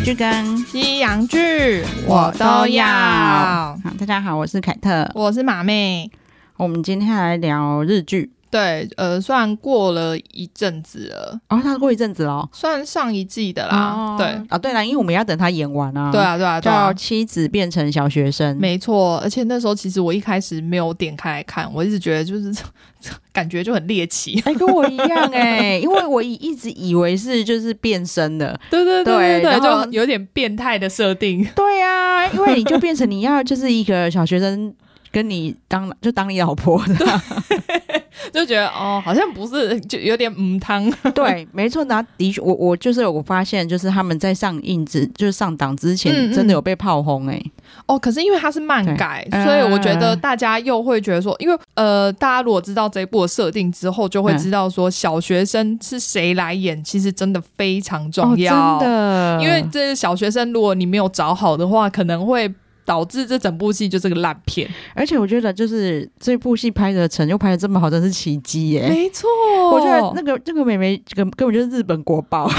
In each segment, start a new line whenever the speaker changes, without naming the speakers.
剧跟
西洋剧我都要。
好，大家好，我是凯特，
我是马妹。
我们今天来聊日剧。
对，虽然过了一阵子了，
他过一阵子了，
算上一季的啦。对
对啦，因为我们要等他演完啊。
对啊，
叫妻子变成小学生。
没错，而且那时候其实我一开始没有点开来看，我一直觉得就是感觉就很猎奇。
跟我一样因为我一直以为是就是变身的。
对，
然后
就有点变态的设定。
对啊，因为你就变成你要就是一个小学生跟你当你老婆的。
就觉得好像不是，就有点汤。
对，没错。然后的确，我就是我发现，就是他们在就是上档之前，真的有被炮轰
可是因为它是漫改，所以我觉得大家又会觉得说，因为大家如果知道这一部的设定之后，就会知道说小学生是谁来演，其实真的非常重要。
真的，
因为这小学生，如果你没有找好的话，可能会导致这整部戏就是个烂片。
而且我觉得就是这部戏拍的成又拍的这么好，真是奇迹耶。
没错，
我觉得那个妹妹根本就是日本国宝。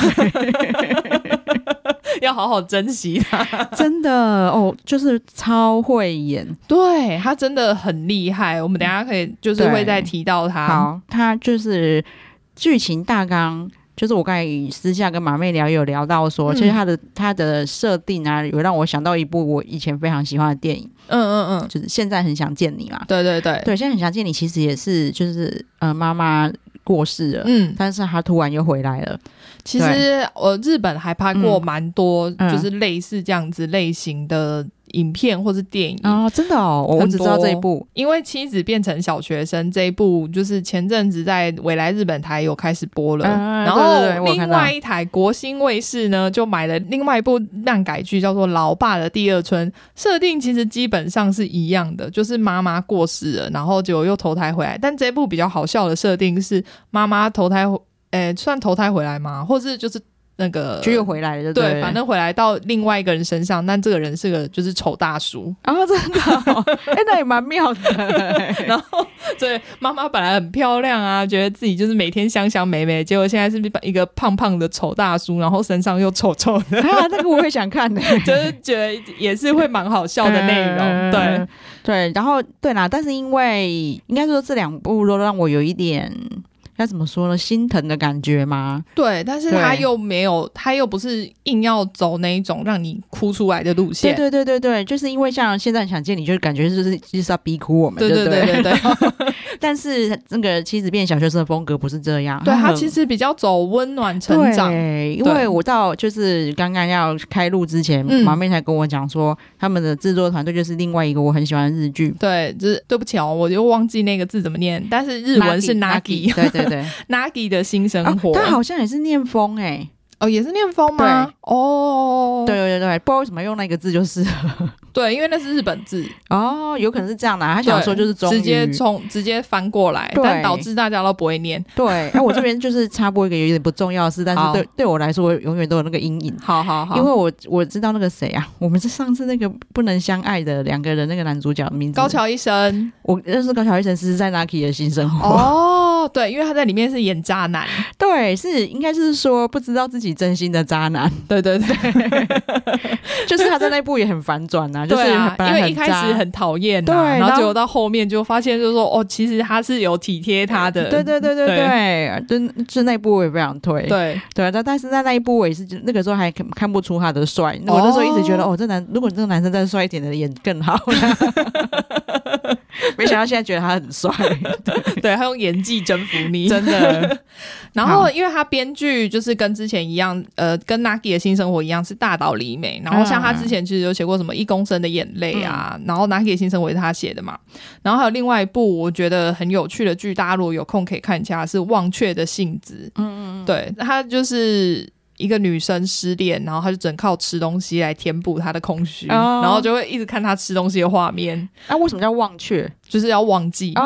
要好好珍惜她。
真的就是超会演。
对，她真的很厉害。我们等一下可以就是会再提到她。
好，她就是剧情大纲，就是我刚才私下跟马妹有聊到说，其实他的设定啊，有让我想到一部我以前非常喜欢的电影。就是现在很想见你嘛。
对，
现在很想见你其实也是就是妈妈过世了，但是他突然又回来了。
其实日本还拍过蛮多就是类似这样子类型的影片或是电影。
真的我只知道这一部。
因为妻子变成小学生这一部就是前阵子在未来日本台有开始播了。然后另外一台国新卫视呢就买了另外一部漫改剧叫做《老爸的第二春》，设定其实基本上是一样的，就是妈妈过世了，然后结果又投胎回来。但这一部比较好笑的设定是妈妈投胎算投胎回来吗？或是就是那个
就又回来了。
对，反正回来到另外一个人身上，但这个人是个就是丑大叔。
真的那也蛮妙的。
然后对，妈妈本来很漂亮啊，觉得自己就是每天香香美美，结果现在是一个胖胖的丑大叔，然后身上又臭臭的。
那个我会想看的。
就是觉得也是会蛮好笑的内容。
对，然后对啦，但是因为应该说这两部都让我有一点该怎么说呢，心疼的感觉吗？
对，但是他又没有，他又不是硬要走那一种让你哭出来的路线。
对，就是因为像现在很想见你，就是感觉就是要逼哭我们。对。但是那个妻子变小学生的风格不是这样。
对，他其实比较走温暖成长。
对，因为我到就是刚刚要开录之前，马妹才跟我讲说，他们的制作团队就是另外一个我很喜欢的日剧。
对，就是对不起我又忘记那个字怎么念，但是日文是 Nagi。
对
Nagi 的新生活。
他好像也是念风
也是念风吗？
对，不知道为什么用那个字就是
对，因为那是日本字。
有可能是这样的。他想说就是终于
直接翻过来，但导致大家都不会念。
对，我这边就是插播一个有点不重要的事，但是对我来说我永远都有那个阴影。
好，
因为我知道那个谁啊，我们是上次那个不能相爱的两个人那个男主角的名字
高桥一生。我
认识高桥一生是在 Naki 的新生活。
对，因为他在里面是演渣男。
对，应该是说不知道自己真心的渣男。
对
就是他在那部也很反转啊。就是
因为一开始很讨厌
对，
然后结果到后面就发现就是说其实他是有体贴他的。
对，就那部我也非常推。
对，
但是在那一部我也是那个时候还看不出他的帅。我那时候一直觉得如果这个男生再帅一点的演更好。没想到现在觉得他很帅。
对，他用演技征服你，
真的。
然后因为他编剧就是跟之前一样跟 Nagi 的新生活一样是大岛里美，然后像他之前其实有写过什么1公升的眼泪啊，然后 Nagi 的新生活也是他写的嘛。然后还有另外一部我觉得很有趣的剧，大家如果有空可以看一下，是忘却的性子。对，他就是一个女生失恋，然后她就只能靠吃东西来填补她的空虚，然后就会一直看她吃东西的画面。
为什么叫忘却？
就是要忘记。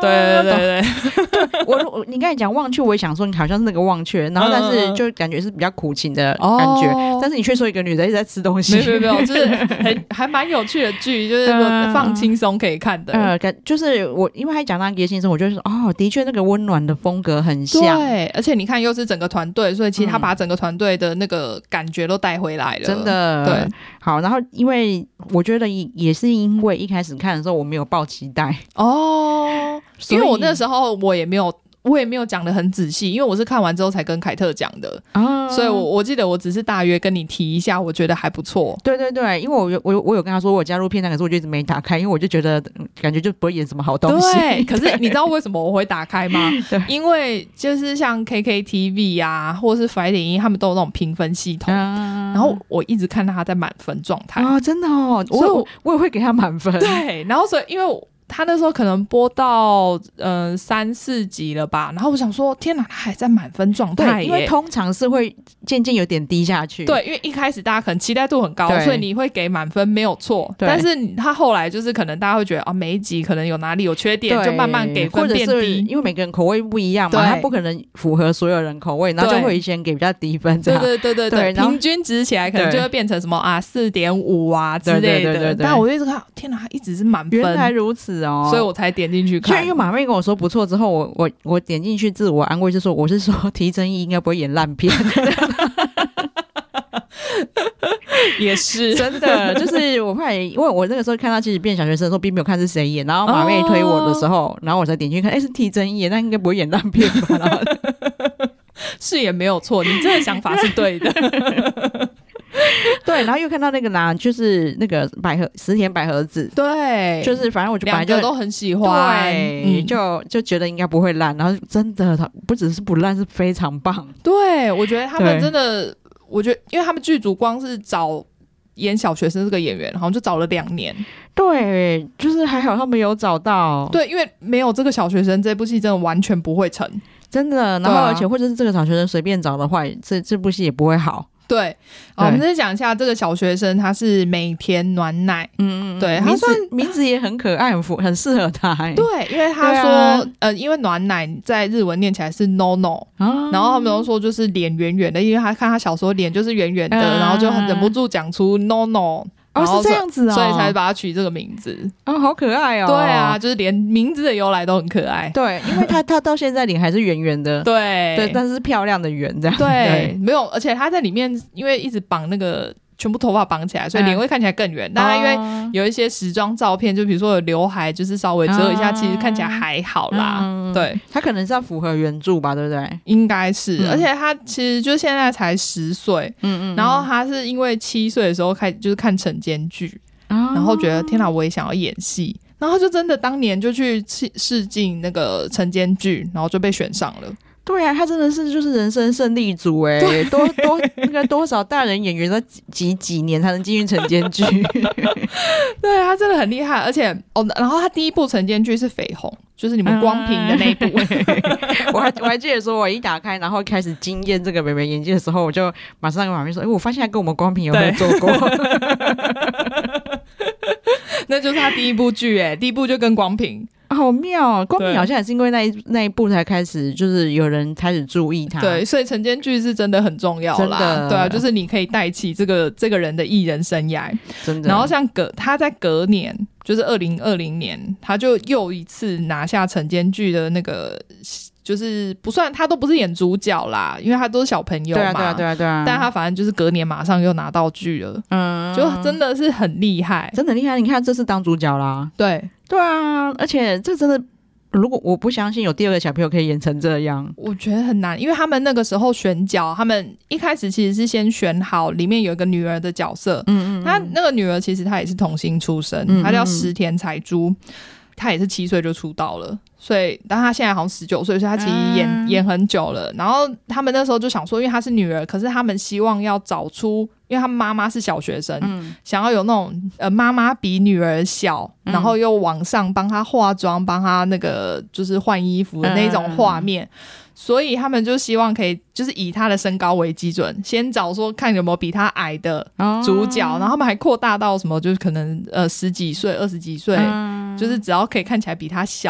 对对对对，
你刚才讲忘却，我也想说你好像是那个忘却，然后但是就感觉是比较苦情的感觉，但是你却说一个女的一直在吃东西，
没有，就是还蛮有趣的剧，就是放轻松可以看的。
就是我因为还讲到野性生活，我就说的确那个温暖的风格很像，
对，而且你看又是整个团队，所以其实他把整个团队的那个感觉都带回来了，
真的。对，好，然后因为我觉得也是因为一开始看的时候我没有抱期待
因为我那时候我也没有讲得很仔细，因为我是看完之后才跟凯特讲的所以我记得我只是大约跟你提一下，我觉得还不错。
对对对，因为我有跟他说我有加入片段，可是我就一直没打开，因为我就觉得感觉就不会演什么好东西。
对，可是你知道为什么我会打开吗？因为就是像 KKTV 啊，或是FlyTV他们都有那种评分系统然后我一直看到他在满分状态
真的所以我也会给他满分。
对，然后所以因为他那时候可能播到3-4集了吧，然后我想说天哪，他还在满分状态耶。
因为通常是会渐渐有点低下去。
对，因为一开始大家可能期待度很高，所以你会给满分没有错，但是他后来就是可能大家会觉得每一集可能有哪里有缺点，就慢慢给分变低，
或者是因为每个人口味不一样嘛，他不可能符合所有人口味，然后就会先给比较低分这样。
对，平均值起来可能就会变成什么4.5啊之类的。但我就一直看天哪，他一直是满分，
原来如此
所以我才点进去看。
因为马妹跟我说不错之后，我点进去自我安慰，就说我是说提真义应该不会演烂片。
也是
真的，就是我怕，因为我那个时候看到其实变小学生的时候并没有看是谁演，然后马妹推我的时候然后我才点进去看是提真义，那应该不会演烂片吧。
是也没有错，你这个想法是对的。
对，然后又看到那个就是那个石田百合子，
对，
就是反正我就本来就
两个都很喜欢，
对，就觉得应该不会烂，然后真的不只是不烂，是非常棒。
对，我觉得他们真的，我觉得因为他们剧组光是找演小学生这个演员好像就找了2年。
对，就是还好他们有找到。
对，因为没有这个小学生这部戏真的完全不会成，
真的。然后而且或者是这个小学生随便找的话，这部戏也不会好。
对，我们再讲一下这个小学生，他是美田暖乃，对，他算
名字也很可爱，很适合他。
对，因为他说，因为暖乃在日文念起来是 no no，然后他们都说就是脸圆圆的，因为他看他小时候脸就是圆圆的，然后就忍不住讲出 no no。
是这样子
所以才把他取这个名字。
好可爱哦。
对啊，就是连名字的由来都很可爱。
对，因为他到现在脸还是圆圆的。
对，
但是漂亮的圆这样。
对，没有，而且他在里面因为一直绑那个全部头发绑起来，所以脸会看起来更圆。当然因为有一些时装照片，就比如说有刘海就是稍微遮一下，其实看起来还好啦。对，
他可能是要符合原著吧，对不对？
应该是。而且他其实就现在才10岁，然后他是因为7岁的时候就是看晨间剧，然后觉得天哪，我也想要演戏，然后就真的当年就去试镜那个晨间剧，然后就被选上了。
对啊，他真的是就是人生胜利组那个多少大人演员都几年才能进去晨间剧。
对，他真的很厉害，而且然后他第一部晨间剧是绯红，就是你们光屏的那一部。
我还记得说，我一打开然后开始惊艳这个美眉演技的时候，我就马上跟马妹说，我发现他跟我们光屏有合作过。
那就是他第一部剧第一部就跟光屏。
好妙，光屏好像也是因为那一部才开始，就是有人开始注意他。
对，所以晨间剧是真的很重要啦。真的，对啊，就是你可以带起这个人的艺人生涯，真的。然后像他在隔年，就是2020年，他就又一次拿下晨间剧的那个。就是不算，他都不是演主角啦，因为他都是小朋友嘛。对啊。但他反正就是隔年马上又拿到剧了，就真的是很厉害，
真的很厉害。你看这次当主角啦，对啊，而且这真的，如果我不相信有第2个小朋友可以演成这样，
我觉得很难，因为他们那个时候选角，他们一开始其实是先选好里面有一个女儿的角色，他那个女儿其实她也是童星出身，她叫石田彩珠。他也是7岁就出道了，所以但他现在好像19岁，所以他其实演很久了。然后他们那时候就想说，因为她是女儿，可是他们希望要找出，因为他们妈妈是小学生，想要有那种妈妈比女儿小，然后又往上帮她化妆，帮她那个就是换衣服的那种画面。所以他们就希望可以就是以他的身高为基准，先找说看有没有比他矮的主角，然后他们还扩大到什么就是可能10几岁20几岁，就是只要可以看起来比他小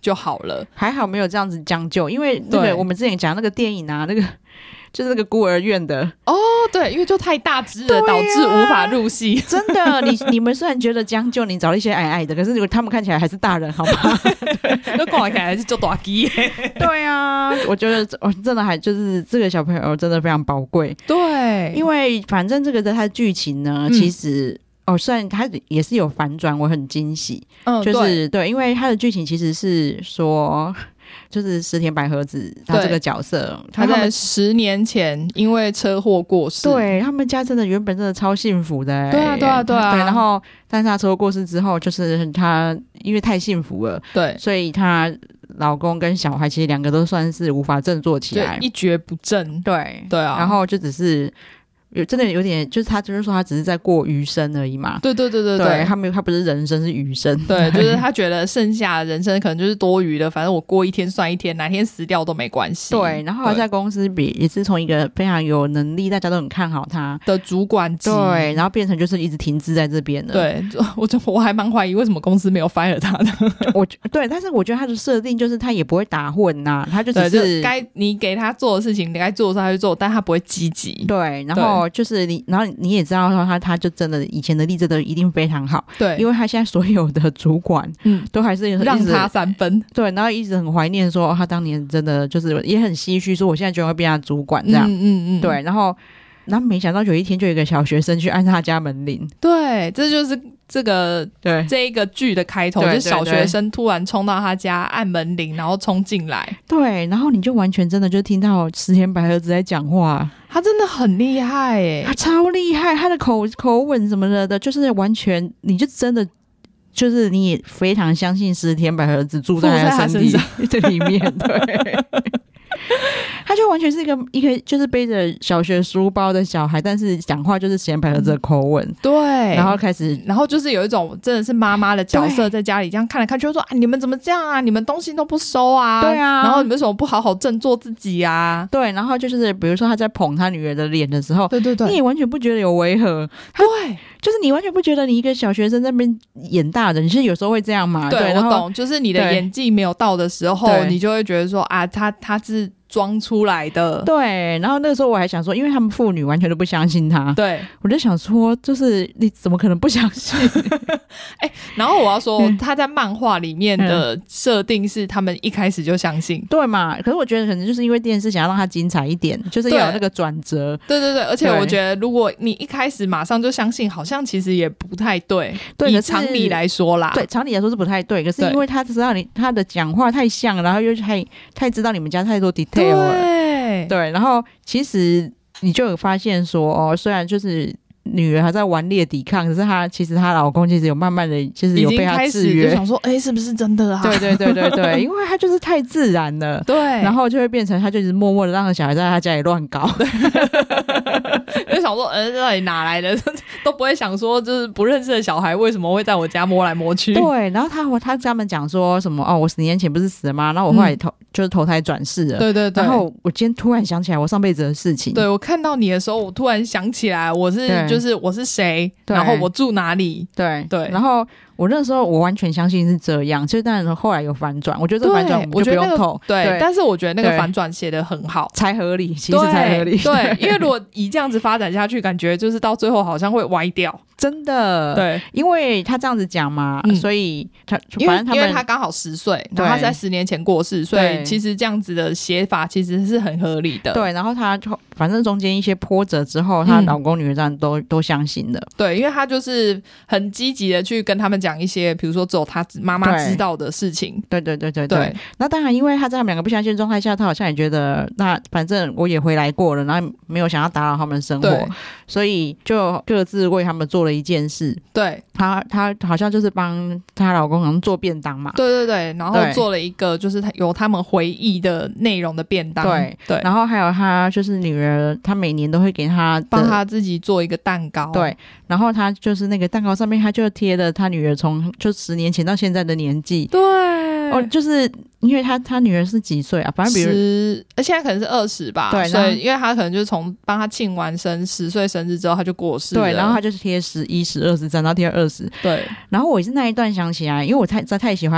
就好了。
还好没有这样子将就，因为那个我们之前讲那个电影啊，那个就是那个孤儿院的
对，因为就太大只了，导致无法入戏。
真的，你们虽然觉得将就，你找了一些矮矮的，可是他们看起来还是大人，好吗？
就看来还是就大鸡。
对啊，我觉得真的还就是这个小朋友真的非常宝贵。
对，
因为反正这个的它的剧情呢，其实虽然它也是有反转，我很惊喜。就是对，因为它的剧情其实是说。就是石田百合子他这个角色，
他在10年前因为车祸过世。
对，他们家真的原本真的超幸福的。
对啊。对，
然后但是他车祸过世之后，就是他因为太幸福了，对，所以他老公跟小孩其实2个都算是无法振作起来，
一蹶不振。对啊，
然后就只是。真的有点，就是他就是说他只是在过余生而已嘛。对，他不是人生是余生。
对，就是他觉得剩下的人生可能就是多余的，反正我过一天算一天，哪天死掉都没关系。
对，然后他在公司也是从一个非常有能力，大家都很看好他
的主管级，
对，然后变成就是一直停滞在这边了。
对，我还蛮怀疑为什么公司没有 fire 他的。
对，但是我觉得他的设定就是他也不会打混呐，他就只是
该你给他做的事情，你该做的时候他去做，但他不会积极。
对，然后就是然后你也知道说他就真的以前的例子都一定非常好。对，因为他现在所有的主管都还是
让他3分。
对，然后一直很怀念说他当年真的就是也很唏嘘说我现在居然会变他主管这样。对，然后没想到有一天就有一个小学生去按他家门铃。
对，这就是这一个剧的开头，就是小学生突然冲到他家按门铃，然后冲进来。对，
然后你就完全真的就听到石田百合子在讲话。
他真的很厉害耶，
他超厉害，他的口吻什么的，就是完全你就真的就是你也非常相信石田百合子住在他身体这里面。对。他就完全是一个就是背着小学书包的小孩，但是讲话就是石田百合子的口吻。对，然
后就是有一种真的是妈妈的角色，在家里这样看来看去，就说你们怎么这样啊？你们东西都不收啊？对啊，然后你们为什么不好好振作自己啊？
对，然后就是比如说他在捧他女儿的脸的时候，对，你也完全不觉得有违和。对，就是你完全不觉得你一个小学生在那边演大人，其实有时候会这样嘛。
对，我懂，就是你的演技没有到的时候，你就会觉得说啊，他是装出来的。
对，然后那个时候我还想说，因为他们父女完全都不相信他。对，我就想说，就是你怎么可能不相信？
然后我要说，他在漫画里面的设定是他们一开始就相信。
对嘛？可是我觉得可能就是因为电视想要让他精彩一点，就是要有那个转折。
对，而且我觉得如果你一开始马上就相信，好像其实也不太对。对，以常理来说啦，
对，常理来说是不太对。可是因为他知道他的讲话太像，然后又太知道你们家太多 detail 了。对，然后其实你就有发现说，虽然就是女儿还在顽劣抵抗，可是其实她老公其实有慢慢的就是有被她制约，
就想说是不是真的啊？
对，因为他就是太自然了。对，然后就会变成他就是默默的让小孩在他家里乱搞。
就想说到底哪来的都不会想说就是不认识的小孩为什么会在我家摸来摸去。
对，然后他跟他们讲说什么我10年前不是死了吗？然后我后来就是投胎转世了。对，然后我今天突然想起来我上辈子的事情。
对，我看到你的时候我突然想起来我是谁，然后我住哪里。对，然后我那时候我完全相信是这样，就但是后来有反转，我觉得这个反转我们就不用透。对，但是我觉得那个反转写得很好，
才合理，其实才合理。
对，因为如果以这样子发展下去，感觉就是到最后好像会歪掉。
真的。对，因为他这样子讲嘛，所以反正
因为他刚好10岁，然后他是在10年前过世，所以其实这样子的写法其实是很合理的。
对，然后他反正中间一些波折之后，他老公女儿这样都相信了。
对，因为他就是很积极的去跟他们讲一些比如说只有他妈妈知道的事情。对，
那当然因为他在他们2个不相信的状态下，他好像也觉得那反正我也回来过了，然后没有想要打扰他们的生活，所以就各自为他们做了一件事。对，他好像就是帮她老公好像做便当嘛。对，
然后做了一个就是有他们回忆的内容的便当。对，
然后还有他就是女儿，他每年都会给他
帮他自己做一个蛋糕。
对，然后他就是那个蛋糕上面他就贴了他女儿从就10年前到现在的年纪。对，就是因为他女儿是几岁啊？反正比如
现在可能是20吧。对，所以因为他可能就是从帮他庆完10岁生日之后他就过世了。
对，然后他就是贴11、12、13，然后贴20。对，然后我也是那一段想起来，因为我太喜欢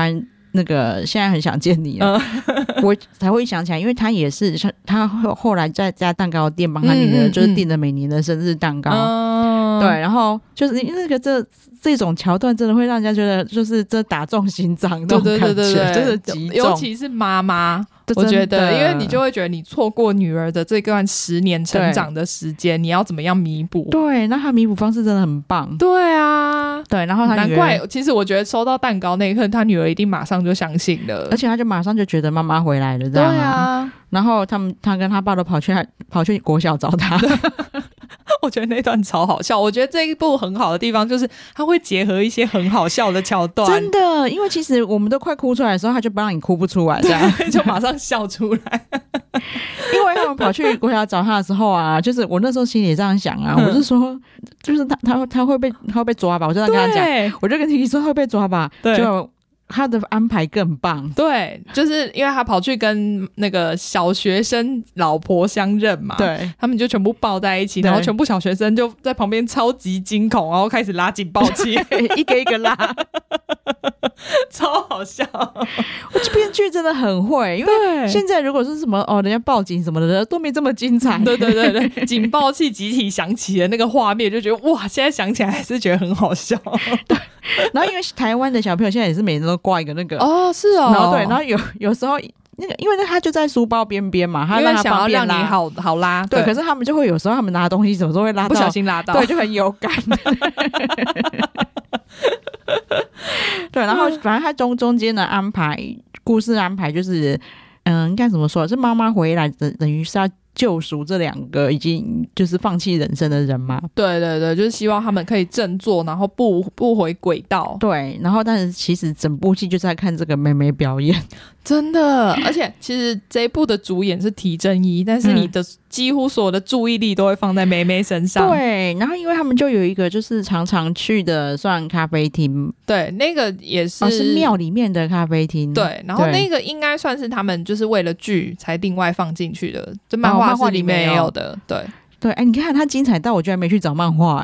那个现在很想见你了，我才会想起来，因为他也是他后来在家蛋糕店帮他女儿就是订了每年的生日蛋糕，对，然后就是那个这种桥段真的会让人家觉得就是这打中心脏那种感觉，真的极重，
尤其是妈妈。我觉得因为你就会觉得你错过女儿的这段10年成长的时间，你要怎么样弥补？
对，那他弥补方式真的很棒。
对啊，
对，然后他
难怪其实我觉得收到蛋糕那一刻他女儿一定马上就相信了，
而且他就马上就觉得妈妈回来了，这样。
对啊，
然后他跟他爸都跑去国小找他。
我觉得那段超好笑，我觉得这一部很好的地方就是他会结合一些很好笑的桥段，
真的，因为其实我们都快哭出来的时候他就不让你哭不出来，这样
就马上笑出来。
因为他们跑去国小找他的时候啊，就是我那时候心里也这样想啊，我是说就是他会被抓吧，我就这样跟他讲，我就跟 Tiki 说他会被抓吧，就他的安排更棒。
对，就是因为他跑去跟那个小学生老婆相认嘛，
对，
他们就全部抱在一起，然后全部小学生就在旁边超级惊恐，然后开始拉警报器
一个一个拉
超好笑。
这编剧真的很会，因为现在如果是什么人家报警什么的都没这么精彩。
对对对对，警报器集体响起的那个画面就觉得哇，现在想起来还是觉得很好笑。
对，然后因为台湾的小朋友现在也是每人都挂一个那个
是哦，
然后对，然后有时候那个因为他就在书包边边嘛，他让他方便拉，
因为想要让你好拉。
对，可是他们就会有时候他们拿东西什么时候会拉到
不小心拉到，
对，就很有感。对，然后反正他中间的故事安排就是应该怎么说，是妈妈回来等于是要救赎这2个已经就是放弃人生的人嘛。
对对对，就是希望他们可以振作，然后不回轨道。
对，然后但是其实整部戏就是在看这个妹妹表演，
真的。而且其实这一部的主演是提真一，但是你的几乎所有的注意力都会放在妹妹身上。
对，然后因为他们就有一个就是常常去的算咖啡厅，
对，那个也是
是庙里面的咖啡厅。
对，然后那个应该算是他们就是为了剧才另外放进去的，就漫画里面也有的。对
对，你看它精彩到我居然没去找漫画。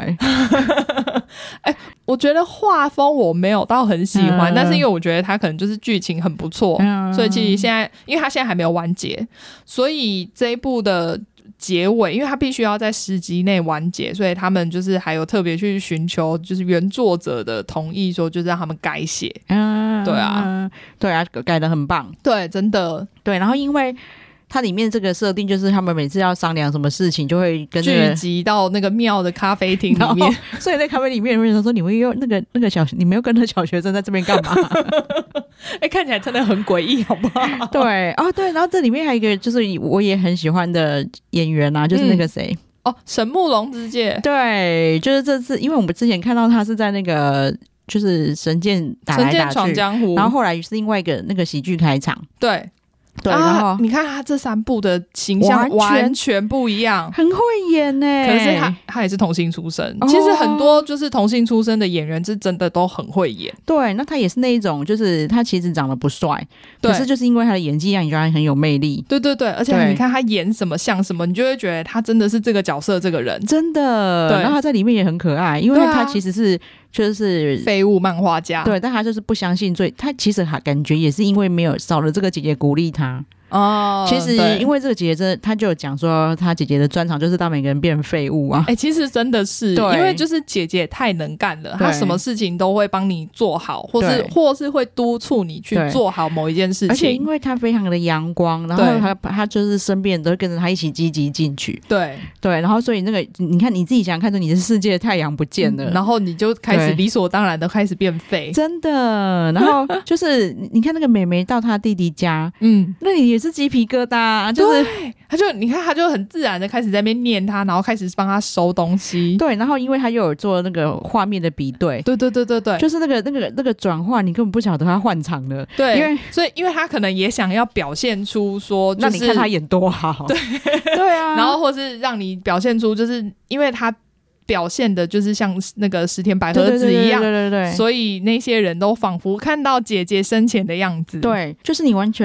我觉得画风我没有到很喜欢，但是因为我觉得它可能就是剧情很不错，所以其实现在因为它现在还没有完结，所以这一部的结尾因为它必须要在10集内完结，所以他们就是还有特别去寻求就是原作者的同意，说就是让他们改写。对啊
改得很棒。
对，真的。
对，然后因为它里面这个设定就是他们每次要商量什么事情就会跟
聚集到那个庙的咖啡厅里面，
所以在咖啡里面有人说你们又你们又跟着小学生在这边干嘛？
看起来真的很诡异，好不好？
对对，然后这里面还有一个就是我也很喜欢的演员啊，就是那个谁
神木隆之介。
对，就是这次因为我们之前看到他是在那个就是神剑打来打去
闯江湖，
然后后来是另外一个那个喜剧开场。
对，
然后
你看他这3部的形象完全不一样，
很会演耶。
可是他也是童星出身，其实很多就是童星出身的演员是真的都很会演。
对，那他也是那一种就是他其实长得不帅，可是就是因为他的演技让你觉得他很有魅力。
对对对，而且你看他演什么像什么，你就会觉得他真的是这个角色这个人，
真的。然后他在里面也很可爱，因为他其实是就是
废物漫画家。
对，但他就是不相信他其实感觉也是因为没有少了这个姐姐鼓励他。其实因为这个姐姐她就有讲说她姐姐的专长就是让每个人变成废物啊。
其实真的是因为就是姐姐太能干了，她什么事情都会帮你做好，或是会督促你去做好某一件事情。
而且因为她非常的阳光，然后她就是身边人都会跟着她一起积极进取。对，然后所以那个你看你自己想看着你的世界太阳不见了，
然后你就开始理所当然的开始变废，
真的。然后就是你看那个妹妹到她弟弟家，那里也是鸡皮疙瘩，就是
你看他就很自然的开始在那边念他，然后开始帮他收东西。
对，然后因为他又有做那个画面的比对，
对，
就是那个转换，你根本不晓得他换场了。
对，因为他可能也想要表现出说，就是
那你看他演多好，对啊，
然后或是让你表现出，就是因为他表现的就是像那个石田百合子一样，对，所以那些人都仿佛看到姐姐生前的样子。
对，就是你完全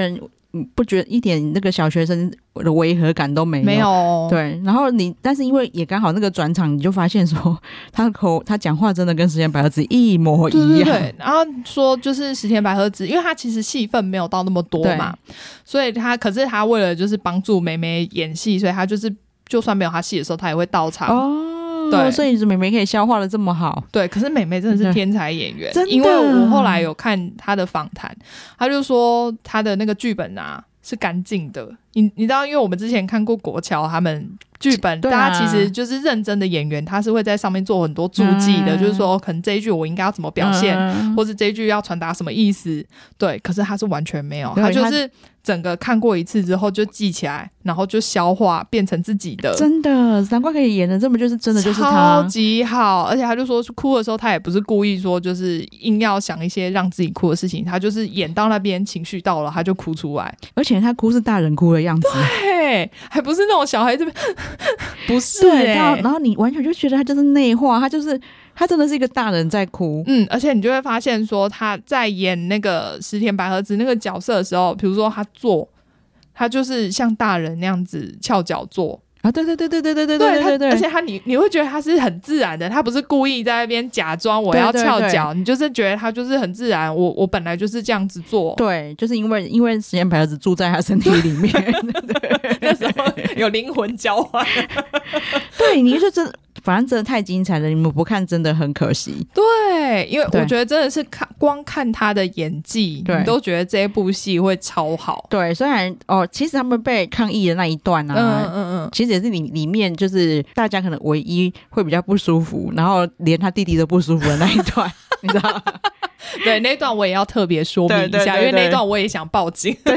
不觉得一点那个小学生的违和感都没有，对，然后但是因为也刚好那个转场，你就发现说他讲话真的跟石田百合子一模一样，
对，然后说就是石田百合子，因为他其实戏份没有到那么多嘛，所以可是他为了就是帮助妹妹演戏，所以他就是就算没有他戏的时候，他也会到场对，
所以妹妹可以消化的这么好。
对，可是妹妹真的是天才演员，因为我后来有看她的访谈，她就说她的那个剧本啊是干净的。你知道，因为我们之前看过国侨他们剧本，大家其实就是认真的演员，他是会在上面做很多注记的，就是说可能这一句我应该要怎么表现，或是这一句要传达什么意思。对，可是他是完全没有，他就是整个看过一次之后就记起来，然后就消化变成自己的。真
的，难怪可以演的这么就是真的就是他
超级好，而且他就说哭的时候他也不是故意说就是硬要想一些让自己哭的事情，他就是演到那边情绪到了他就哭出来，
而且他哭是大人哭的样子，
对，还不是那种小孩子不是
然后你完全就觉得他就是内化，他真的是一个大人在哭。
而且你就会发现说他在演那个石田百合子那个角色的时候，比如说他就是像大人那样子翘脚坐
啊，对，
而且你会觉得他是很自然的，他不是故意在那边假装我要翘脚，你就是觉得他就是很自然，我本来就是这样子做。
对，就是因为石田百合子住在他身体里面
那时候有灵魂交换
对，你就反正真的太精彩了，你们不看真的很可惜。
对，因为我觉得真的是光看他的演技，你都觉得这部戏会超好。
对，虽然其实他们被抗议的那一段啊，其实也是里面就是大家可能唯一会比较不舒服，然后连他弟弟都不舒服的那一段你知道吗？
对，那段我也要特别说明一下，因为那段我也想报警。
对，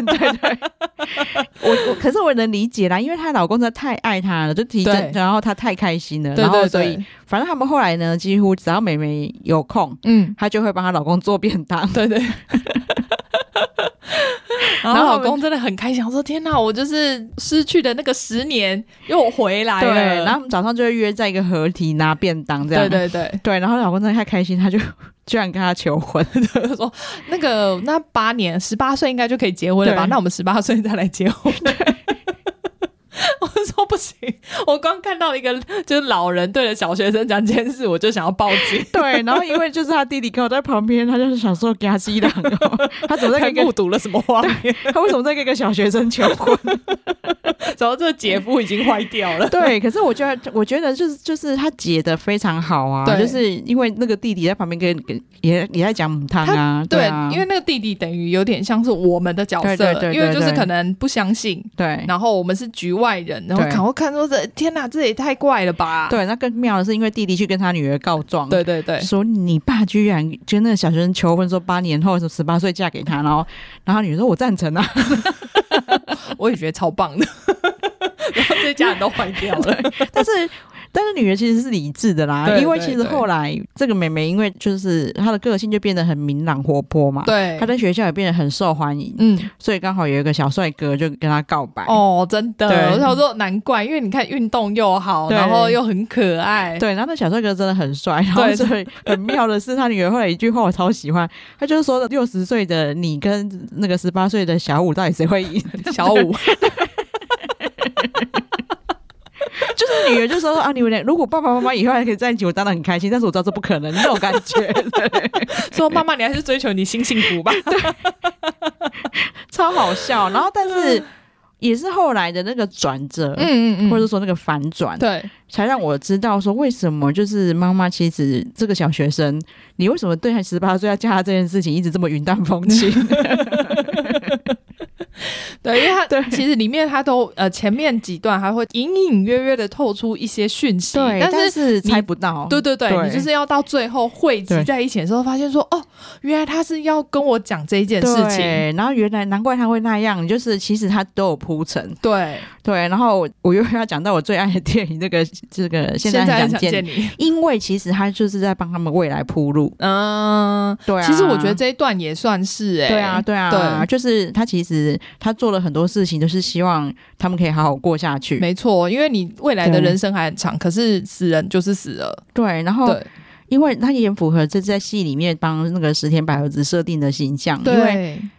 可是我能理解啦，因为她老公真的太爱她了，就提着，然后她太开心了，然后所以反正他们后来呢，几乎只要妹妹有空，她就会帮她老公做便当。
对然后老公真的很开心，说天哪，我就是失去的那个10年又回来了。
对，然后他们早上就会约在一个合体拿便当这样。对，然后老公真的太开心，他就居然跟他求婚
说那8年18岁应该就可以结婚了吧，那我们18岁再来结婚。我说不行，我刚看到一个就是老人对着小学生讲这件事，我就想要报警。
对，然后因为就是他弟弟跟我在旁边，他就是想说给他吸狼他怎么在
目睹了什么画面？
他为什么在跟一个小学生求婚？
然后这个姐夫已经坏掉了。
对，可是我觉得就是他解的非常好啊，就是因为那个弟弟在旁边也在讲母汤啊，
对啊，因为那个弟弟等于有点像是我们的角色，因为就是可能不相信，
对，
然后我们是局外人，然后赶快看说天哪，这也太怪了吧？
对，那更妙的是，因为弟弟去跟他女儿告状，
对，
说你爸居然跟那个小学生求婚，说8年后18岁嫁给他，然后女儿说我赞成啊，
我也觉得超棒的，然后这家人都坏掉了，
但是女儿其实是理智的啦，因为其实后来这个妹妹因为就是她的个性就变得很明朗活泼嘛，
对，
她在学校也变得很受欢迎，所以刚好有一个小帅哥就跟她告白。
真的，我想说难怪，因为你看运动又好，然后又很可爱，
对，然后那小帅哥真的很帅，然后所以很妙的是他女儿后来一句话我超喜欢，他就是说60岁的你跟那个18岁的小五到底谁会赢？
小五
就是女儿就说啊，你们如果爸爸妈妈以后还可以在一起，我当然很开心，但是我知道这不可能那种感觉。
说妈妈，你还是追求你新幸福吧。
超好笑。然后但是也是后来的那个转折，或者说那个反转，
对，
才让我知道说为什么就是妈妈其实这个小学生，你为什么对他18岁要嫁他这件事情一直这么云淡风轻？
对，因为他其实里面他都前面几段还会隐隐约约的透出一些讯息，
对，但是猜不到。对，
你就是要到最后汇集在一起的时候，发现说原来他是要跟我讲这一件事情，
对，然后原来难怪他会那样，就是其实他都有铺陈，
对，
然后我又要讲到我最爱的电影这个现在很想见你，因为其实他就是在帮他们未来铺路，对啊，
其实我觉得这一段也算是
对啊，就是他其实他做了很多事情，就是希望他们可以好好过下去。
没错，因为你未来的人生还很长，可是死人就是死了。
对，然后因为他也符合这在戏里面帮那个石田百合子设定的形象，因为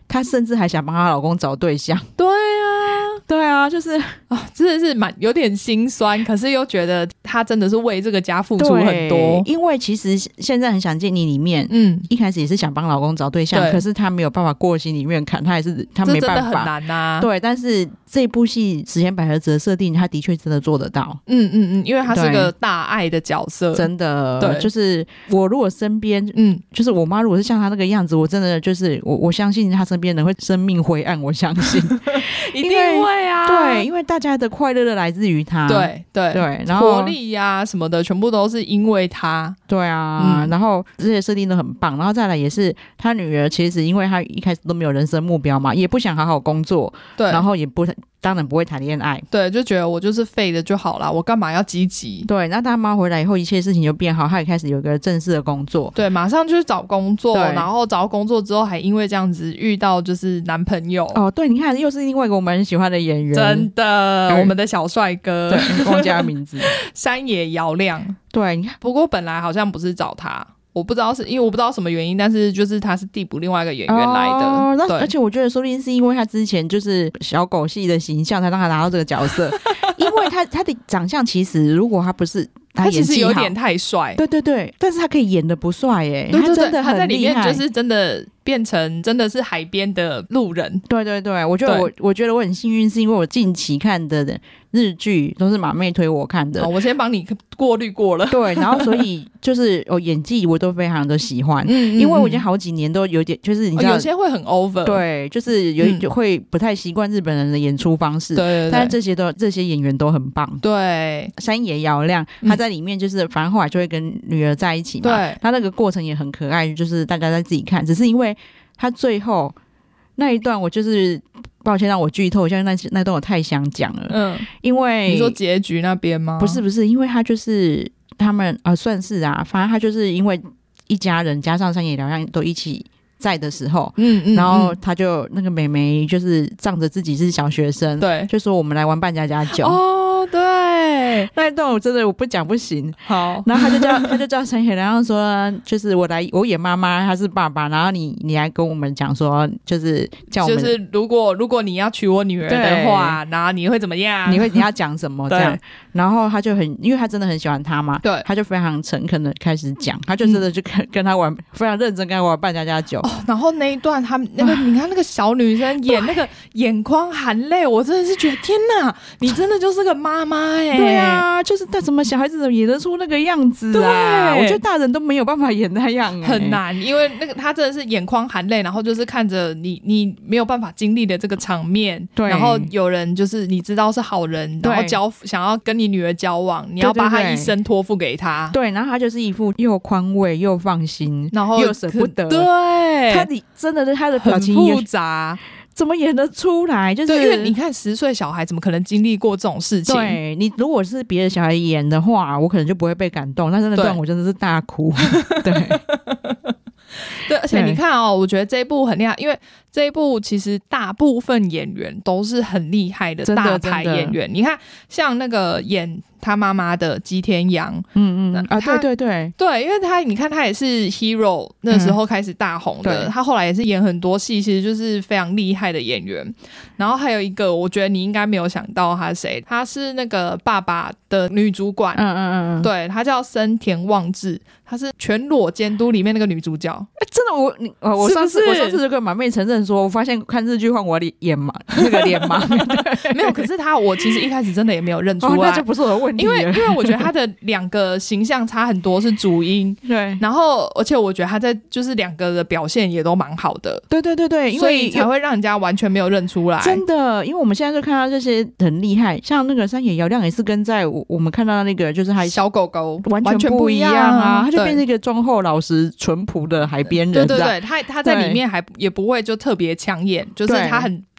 她甚至还想帮她老公找对象。对啊，就是
真的是有点心酸，可是又觉得她真的是为这个家付出很多。
因为其实现在很想见你里面，一开始也是想帮老公找对象，可是她没有办法过心里面看，她没办法，这
真的很难啊。
对，但是这部戏石田百合子的设定，她的确真的做得到。
因为她是个大爱的角色，
真的。对，就是我如果身边，就是我妈如果是像她那个样子，我真的就是我相信她身边人会生命灰暗，我相信
一定会啊。
对，因为大家的快乐都来自于她。
对，然后活力呀什么的，全部都是因为她。
对啊，然后这些设定都很棒，然后再来也是她女儿，其实因为她一开始都没有人生目标嘛，也不想好好工作，对，然后也当然不会谈恋爱，对，
就觉得我就是废的就好啦，我干嘛要积极？
对，那他妈回来以后，一切事情就变好，他也开始有一个正式的工作，
对，马上就去找工作，然后找到工作之后，还因为这样子遇到就是男朋友。
哦，对，你看又是另外一个我们很喜欢的演员，
真的，我们的小帅哥，
对，忘记他名字，
山野遥亮。
对，你看，
不过本来好像不是找他。我不知道因为我不知道什么原因，但是就是他是递补另外一个演员来的。
而且我觉得说不定是因为他之前就是小狗系的形象才让他拿到这个角色，因为他的长相其实如果他不是
他其实有点太帅，
对，但是他可以演得不帅耶，
对，
他真的很厉害，
他在里面就是真的变成真的是海边的路人。
对，我觉得我很幸运，是因为我近期看的日剧都是马妹推我看的。
我先帮你过滤过了。
对，然后所以就是演技我都非常的喜欢，因为我已经好几年都有点就是你知道
有些会很 over，
对，就是会不太习惯日本人的演出方式，对，但是这些演员都很棒。对，山野遥亮他在里面就是反正后来就会跟女儿在一起嘛，对，他那个过程也很可爱，就是大家在自己看，只是因为他最后那一段我就是抱歉让我剧透，像那段我太想讲了，因为
你说结局那边吗？
不是，因为他就是他们算是啊，反正他就是因为一家人加上山野遥亮都一起在的时候，然后他就那个妹妹就是仗着自己是小学生，对，就说我们来玩扮家家酒。哦，对，那一段我真的我不讲不行。好，然后他就叫山野遥亮说，就是我演妈妈，他是爸爸，然后你来跟我们讲说，就是叫我们
就是如果你要娶我女儿的话，然后你会怎么样？
你要讲什么这样？然后他就因为他真的很喜欢他嘛，对，他就非常诚恳的开始讲，他就真的就跟他玩，非常认真跟他玩扮家家酒。
然后那一段他们那个你看那个小女生演那个眼眶含泪，我真的是觉得天哪，你真的就是个妈妈哎！
对啊，就是但什么小孩子怎么演得出那个样子啊？我觉得大人都没有办法演那样，
很难，因为那个他真的是眼眶含泪，然后就是看着你没有办法经历的这个场面，对，然后有人就是你知道是好人，然后想要跟你女儿交往，你要把他一生托付给他，
对，然后他就是一副又宽慰又放心，然后又舍不得，
对。
他真的是他的表情
很复杂，
怎么演得出来？就是
因为你看10岁小孩怎么可能经历过这种事情？
对，你如果是别的小孩演的话，我可能就不会被感动。但是那段我真的是大哭。对
对，而且你看哦，我觉得这一部很厉害，因为这一部其实大部分演员都是很厉害的大牌演员。你看，像那个演他妈妈的吉田羊，对，因为你看他也是 Hero 那时候开始大红的，他后来也是演很多戏，其实就是非常厉害的演员。然后还有一个，我觉得你应该没有想到他是谁，他是那个爸爸的女主管，对，他叫森田望志，她是全裸监督里面那个女主角。
真的，我上次就跟马妹承认说，我发现看日剧换我脸盲，那个脸盲
没有，可是我其实一开始真的也没有认出来，
那就不是我的问题
因为我觉得他的两个形象差很多，是主音，对，然后而且我觉得他在就是两个的表现也都蛮好的，
对，
所以才会让人家完全没有认出来。
真的，因为我们现在就看到这些很厉害，像那个山野遥亮也是跟在我们看到那个就是还
小狗狗
完全不一样啊，他就变成一个忠厚老实淳朴的海边人，
对，他在里面也不会就特别抢眼，就是他很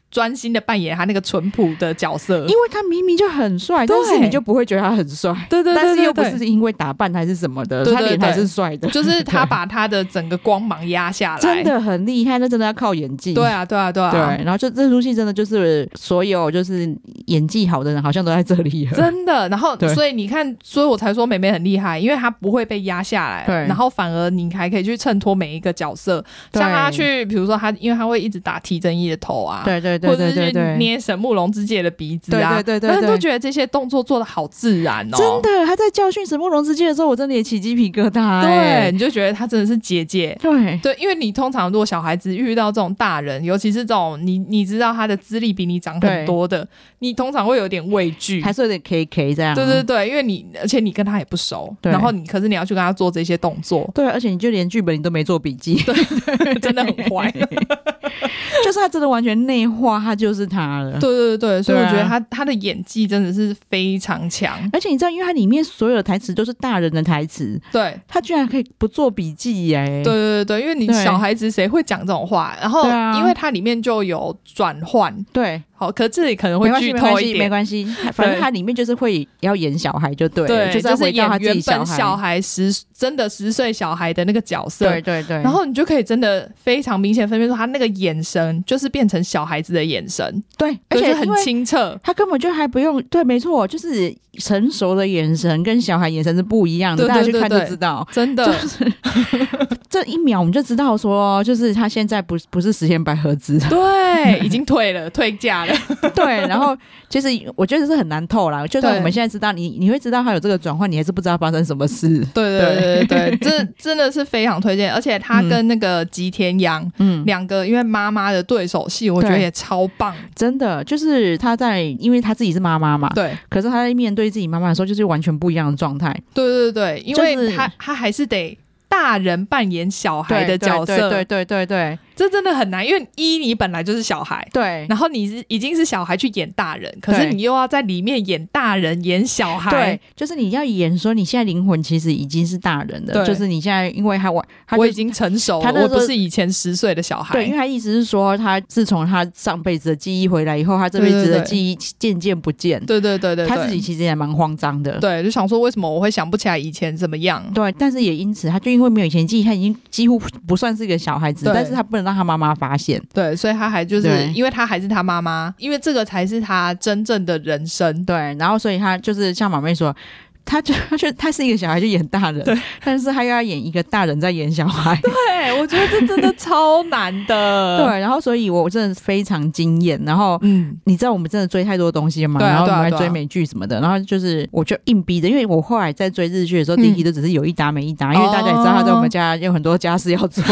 专心的扮演他那个淳朴的角色，
因为他明明就很帅，但是你就不会觉得他很帅，
对对对对对，
但是又不是因为打扮还是什么的，对对对，他脸还是帅的，
就是他把他的整个光芒压下来，
真的很厉害，那真的要靠演技。
对啊对啊对啊，
对，然后就这出戏真的就是所有就是演技好的人好像都在这里了，
真的。然后所以你看，所以我才说妹妹很厉害，因为她不会被压下来，然后反而你还可以去衬托每一个角色，像她去比如说她因为她会一直打提真一的头啊，
对对对对对对，
或者是去捏神木隆之介的鼻子啊，
对对对对对，
都觉得这些动作做得好自然哦，
真的。她在教训神木隆之介的时候，我真的也起鸡皮疙瘩，
对，你就觉得她真的是姐姐，
对
对，因为你通常如果小孩子遇到这种大人，尤其是这种你知道他的资历比你长很多的，你通常会有点畏惧，
还是有点 KK 这样，
对对对，因为而且你跟他也不熟，然后可是你要去跟他做这些动作，
对，而且你就连剧本你都没做笔记，
对，真的很坏。
就是他真的完全内化，他就是他了。
对对对，所以我觉得他的演技真的是非常强，
而且你知道，因为他里面所有的台词都是大人的台词，
对，
他居然可以不做笔记耶。
对对对，因为你小孩子谁会讲这种话？然后因为它里面就有转换，
对。
好，可这里可能会剧透一点，
没关系，反正他里面就是会要演小孩就对了，
就是
演
原本小孩真的10岁小孩的那个角色，
对对对，
然后你就可以真的非常明显分辨出他那个眼神就是变成小孩子的眼神，
对，而且
很清澈，
他根本就还不用，对，没错，就是成熟的眼神跟小孩眼神是不一样的，大家去看就知道，
真的，
就是这一秒我们就知道说，就是他现在不是石田百合子，
对，已经退价了。
对，然后其实我觉得是很难透啦，就算我们现在知道你会知道他有这个转换，你还是不知道发生什么事。
对对对对对，这真的是非常推荐，而且他跟那个吉田洋两个因为妈妈的对手戏，我觉得也超棒，
真的就是他因为他自己是妈妈嘛，
对，
可是他在面对自己妈妈的时候，就是完全不一样的状态。
对对对，因为他还是得大人扮演小孩的角色，
对对对对，
这真的很难，因为你本来就是小孩，
对，
然后你已经是小孩去演大人，可是你又要在里面演大人演小孩，
对，就是你要演说你现在灵魂其实已经是大人的，就是你现在因为
我已经成熟了，我不是以前10岁的小孩，
对，因为他意思是说他自从他上辈子的记忆回来以后，他这辈子的记忆渐渐不见，
对对对 对，
他自己其实也蛮慌张的，
对，就想说为什么我会想不起来以前怎么样，
对，但是也因此他就因为没有以前记忆，他已经几乎不算是一个小孩子，但是他不能让他妈妈发现，
对，所以他还就是因为他还是他妈妈，因为这个才是他真正的人生，
对，然后所以他就是像马妹说，他是一个小孩就演大人，对，但是他又要演一个大人在演小孩，
对，我觉得这真的超难的，
对，然后所以我真的非常惊艳，然后你知道我们真的追太多东西了嘛，然后我们还追美剧什么的，然后就是我就硬逼的，因为我后来在追日剧的时候，第一集都只是有一搭没一搭，因为大家也知道他在我们家有很多家事要做。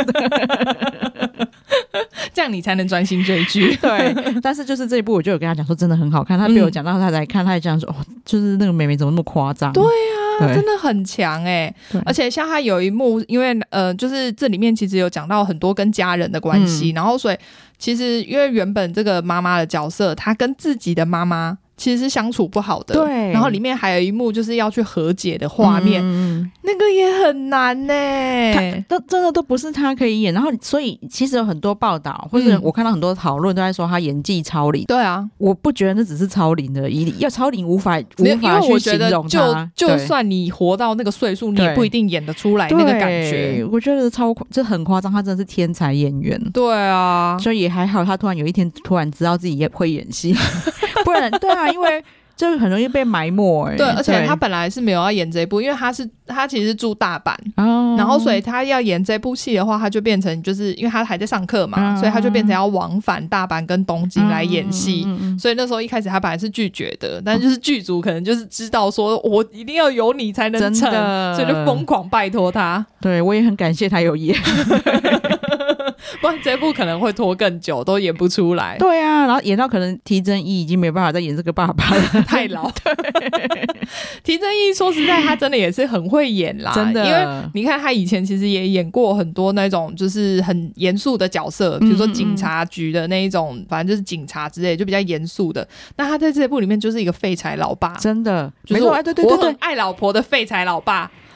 这样你才能专心追剧。
对，但是就是这一部我就有跟他讲说真的很好看，他被我讲到他才看，他也讲说就是那个妹妹怎么那么夸张。
对啊，真的很强欸，而且像他有一幕，因为就是这里面其实有讲到很多跟家人的关系，然后所以其实因为原本这个妈妈的角色，她跟自己的妈妈其实是相处不好的，
对，
然后里面还有一幕就是要去和解的画面，那个也很难欸，
真的都不是他可以演，然后所以其实有很多报道或者我看到很多讨论都在说他演技超龄，
对啊，
我不觉得那只是超龄而已，要超龄无法去形容他，
就算你活到那个岁数，你也不一定演得出来那个感觉，
我觉得这很夸张，他真的是天才演员，
对啊，
所以也还好他突然有一天突然知道自己也会演戏，不然对啊，因为就很容易被埋没对，
而且他本来是没有要演这一部，因为他其实是住大阪，然后所以他要演这部戏的话，他就变成就是因为他还在上课嘛，所以他就变成要往返大阪跟东京来演戏，所以那时候一开始他本来是拒绝的，但就是剧组可能就是知道说我一定要有你才能成，所以就疯狂拜托他。对，我也很感谢他有演。不然这一部可能会拖更久都演不出来。对啊，然后演到可能提真一已经没办法再演这个爸爸了，太老。提真一说实在他真的也是很会演啦，真的，因为你看他以前其实也演过很多那种就是很严肃的角色，比如说警察局的那一种，反正就是警察之类就比较严肃的，那他在这一部里面就是一个废柴老爸，真的，就是我很爱老婆的废柴老爸。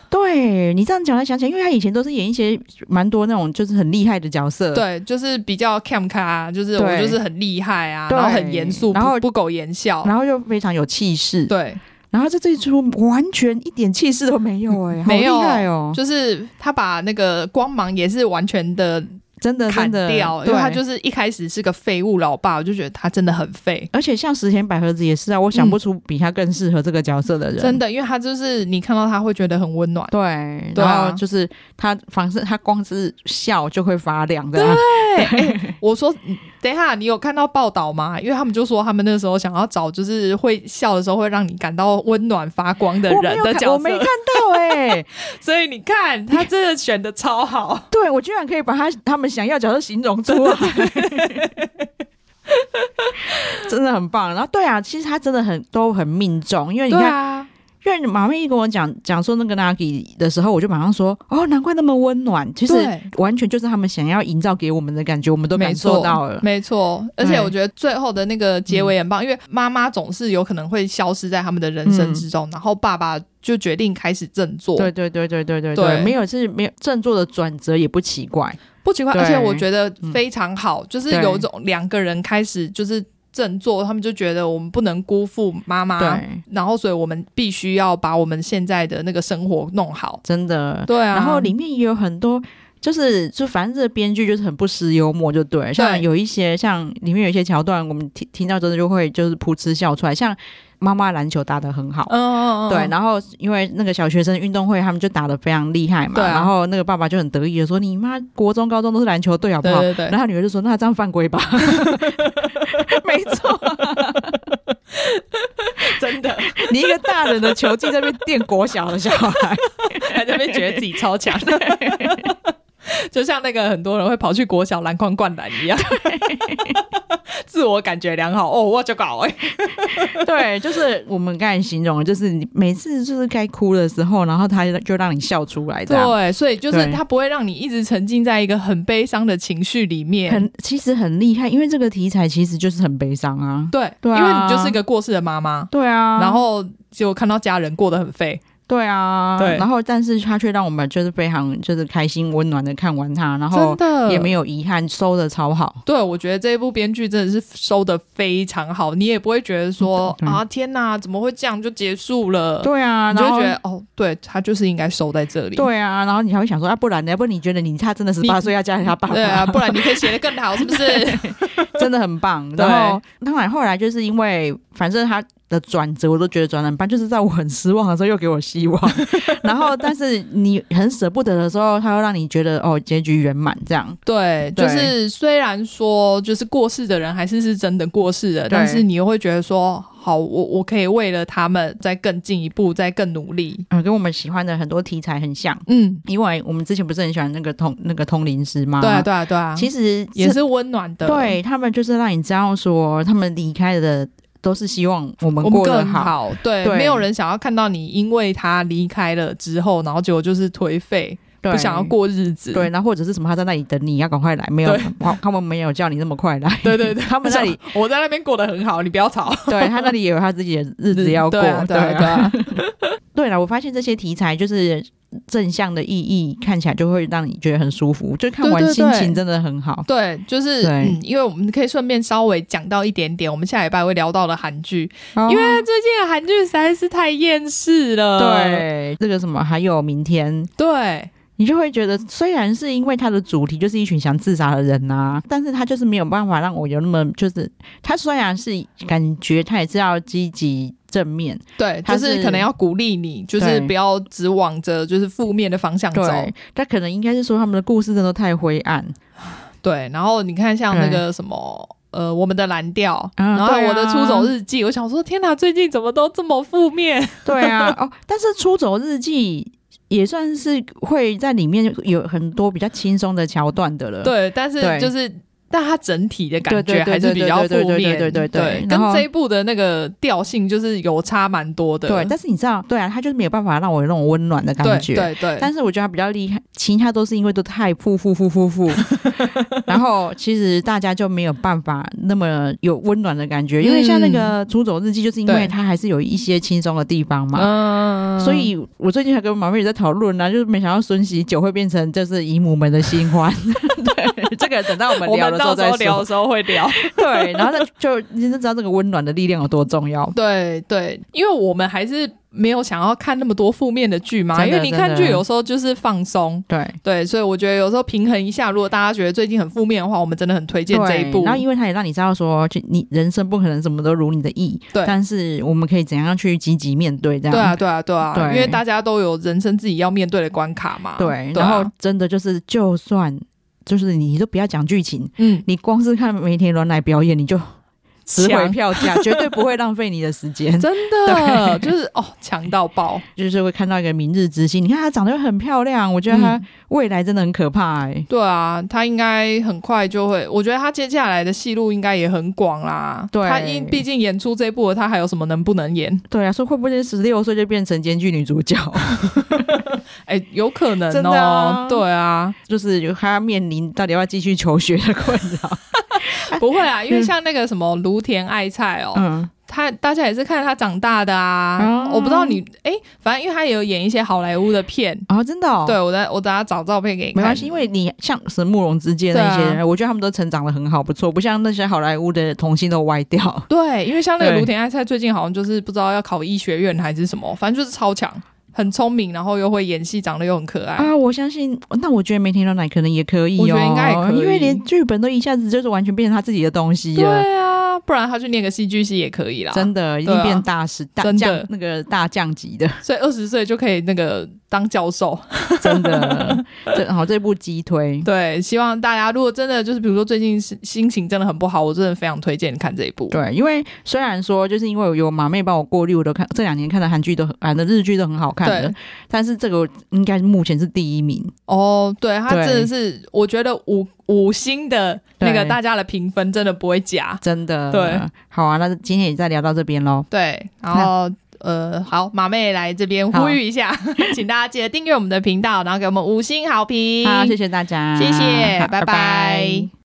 对，你这样讲来想起来，因为他以前都是演一些蛮多那种就是很厉害的角色，
对，就是比较 cam 咖，就是我就是很厉害啊，然后很严肃，然后不苟言笑，
然后又非常有气势，
对。
然后这一出完全一点气势都没有好厉害哦！
就是他把那个光芒也是完全的。
真的
砍掉，因为他就是一开始是个废物老爸，我就觉得他真的很废。
而且像石田百合子也是啊，我想不出比他更适合这个角色的人。
真的，因为他就是你看到他会觉得很温暖。
对，然后就是他反正他光是笑就会发亮的。
对，我说等一下，你有看到报道吗？因为他们就说他们那时候想要找就是会笑的时候会让你感到温暖发光的人的角色，
我没看到
所以你看他真的选的超好。
对，我居然可以把他们想要角色形容出来。真的很棒。然后对啊，其实他真的都很命中，因为你看因为马妹一跟我讲说那个 Nagi 的时候，我就马上说哦，难怪那么温暖，其实完全就是他们想要营造给我们的感觉，我们都感受到了。
没错，而且我觉得最后的那个结尾很棒，因为妈妈总是有可能会消失在他们的人生之中，然后爸爸就决定开始振作。对，
没有振作的转折也不奇怪，
而且我觉得非常好，就是有一种两个人开始就是振作，他们就觉得我们不能辜负妈妈，然后所以我们必须要把我们现在的那个生活弄好。真的，对啊。然后里面也有很多就反正这个编剧就是很不失幽默，就对，像有一些像里面有一些桥段，我们听到真的就会就是噗嗤笑出来，像妈妈篮球打得很好，对，然后因为那个小学生运动会他们就打得非常厉害嘛，对然后那个爸爸就很得意的说你妈国中高中都是篮球队好不好？对然后他女儿就说那这样犯规吧。没错。真的，你一个大人的球技在那边电国小的小孩，还在那边觉得自己超强。就像那个很多人会跑去国小篮筐灌篮一样，自我感觉良好哦，我就搞对，就是我们刚才形容的，就是你每次就是该哭的时候，然后他就让你笑出来，对，所以就是他不会让你一直沉浸在一个很悲伤的情绪里面，其实很厉害，因为这个题材其实就是很悲伤啊，对，因为你就是一个过世的妈妈，对啊，然后就看到家人过得很废。对啊，对，然后但是他却让我们就是非常就是开心温暖的看完它，然后也没有遗憾，收的超好。对，我觉得这一部编剧真的是收的非常好，你也不会觉得说啊天哪怎么会这样就结束了，对啊，你就会觉得哦对，他就是应该收在这里，对啊，然后你还会想说啊不然呢，要不然你觉得他真的18岁要嫁给他爸爸，对啊，不然你可以写得更好是不是？真的很棒。然后当然后来就是因为反正他的转折我都觉得转得很棒，就是在我很失望的时候又给我希望然后但是你很舍不得的时候他又让你觉得哦结局圆满这样。对，就是虽然说就是过世的人还是真的过世了，但是你又会觉得说好我可以为了他们再更进一步再更努力，跟我们喜欢的很多题材很像。因为我们之前不是很喜欢那个通灵师吗？对啊，其实也是温暖的，对，他们就是让你知道说他们离开的都是希望我们过得好，对，没有人想要看到你因为他离开了之后然后结果就是颓废不想要过日子，对，然后或者是什么他在那里等你要赶快来，没有，他们没有叫你那么快来，对，他们那里我在那边过得很好，你不要吵，对，他那里也有他自己的日子要过，对啦，我发现这些题材就是正向的意义看起来就会让你觉得很舒服，就看完心情真的很好。对，就是因为我们可以顺便稍微讲到一点点我们下礼拜会聊到的韩剧，因为最近的韩剧实在是太厌世了。对，这个什么还有明天，对，你就会觉得虽然是因为它的主题就是一群想自杀的人啊，但是它就是没有办法让我有那么就是它虽然是感觉它也是要积极正面，对，就是可能要鼓励你就是不要只往着就是负面的方向走，但可能应该是说他们的故事真的太灰暗。对，然后你看像那个什么我们的蓝调，然后我的出走日记，我想说天哪最近怎么都这么负面。对啊但是出走日记也算是会在里面有很多比较轻松的桥段的了，对，但是就是但它整体的感觉还是比较负面，对，跟这一部的那个调性就是有差蛮多的。
对，但是你知道，对啊，它就是没有办法让我有那种温暖的感觉。
对。
但是我觉得它比较厉害，其他都是因为都太负，然后其实大家就没有办法那么有温暖的感觉，因为像那个《出走日记》，就是因为它还是有一些轻松的地方嘛。所以我最近还跟马妹在讨论啊，就是没想到孙喜九会变成就是姨母们的新欢。对，这个等到我们聊的时候再说。
我们到时候聊的时候会聊。
对，然后你就知道这个温暖的力量有多重要。
对，因为我们还是没有想要看那么多负面的剧嘛，因为你看剧有时候就是放松。对，所以我觉得有时候平衡一下，如果大家觉得最近很负面的话，我们真的很推荐这一部。
然后因为它也让你知道说，你人生不可能什么都如你的意，对，但是我们可以怎样去积极面对这样。
对啊，因为大家都有人生自己要面对的关卡嘛。
对，然后真的就是就算就是你都不要讲剧情，你光是看梅田伦来表演，你就值回票价，绝对不会浪费你的时间。
真的就是强到爆，
就是会看到一个明日之星。你看她长得很漂亮，我觉得她未来真的很可怕
对啊，她应该很快就会，我觉得她接下来的戏路应该也很广啦。对，她毕竟演出这部了，她还有什么能不能演？对啊，
说会不会16岁就变成监剧女主角？
有可能
真的啊。
对啊，
就是她面临到底要继续求学的困扰。
不会啊，因为像那个什么芦田爱菜大家也是看他长大的啊。我不知道你反正因为他也有演一些好莱坞的片
真的
对，我等下找照片给你看。
没关系，因为你像神木隆之介那些人，我觉得他们都成长得很好，不错，不像那些好莱坞的童星都歪掉。
对，因为像那个芦田爱菜最近好像就是不知道要考医学院还是什么，反正就是超强。很聪明，然后又会演戏，长得又很可爱
我相信，那我觉得梅田伦乃可能也可以
我觉得应该也可以，
因为连剧本都一下子就是完全变成他自己的东西了。
对啊，不然他去念个戏剧系也可以啦。
真的，一定变大师，真的那个大将级的。
所以20岁就可以那个当教授，
真的。这部激推。
对，希望大家如果真的就是比如说最近心情真的很不好，我真的非常推荐看这一部。
对，因为虽然说就是因为有马妹帮我过滤，我都看这2年看的韩剧的日剧都很好看的，但是这个应该目前是第1名
对，它真的是我觉得五星的那个大家的评分真的不会假，
真的。
对，
好啊，那今天也再聊到这边咯。
对，然后好，马妹来这边呼吁一下，请大家记得订阅我们的频道，然后给我们5星好评。
好，谢谢大家，
谢谢，拜拜。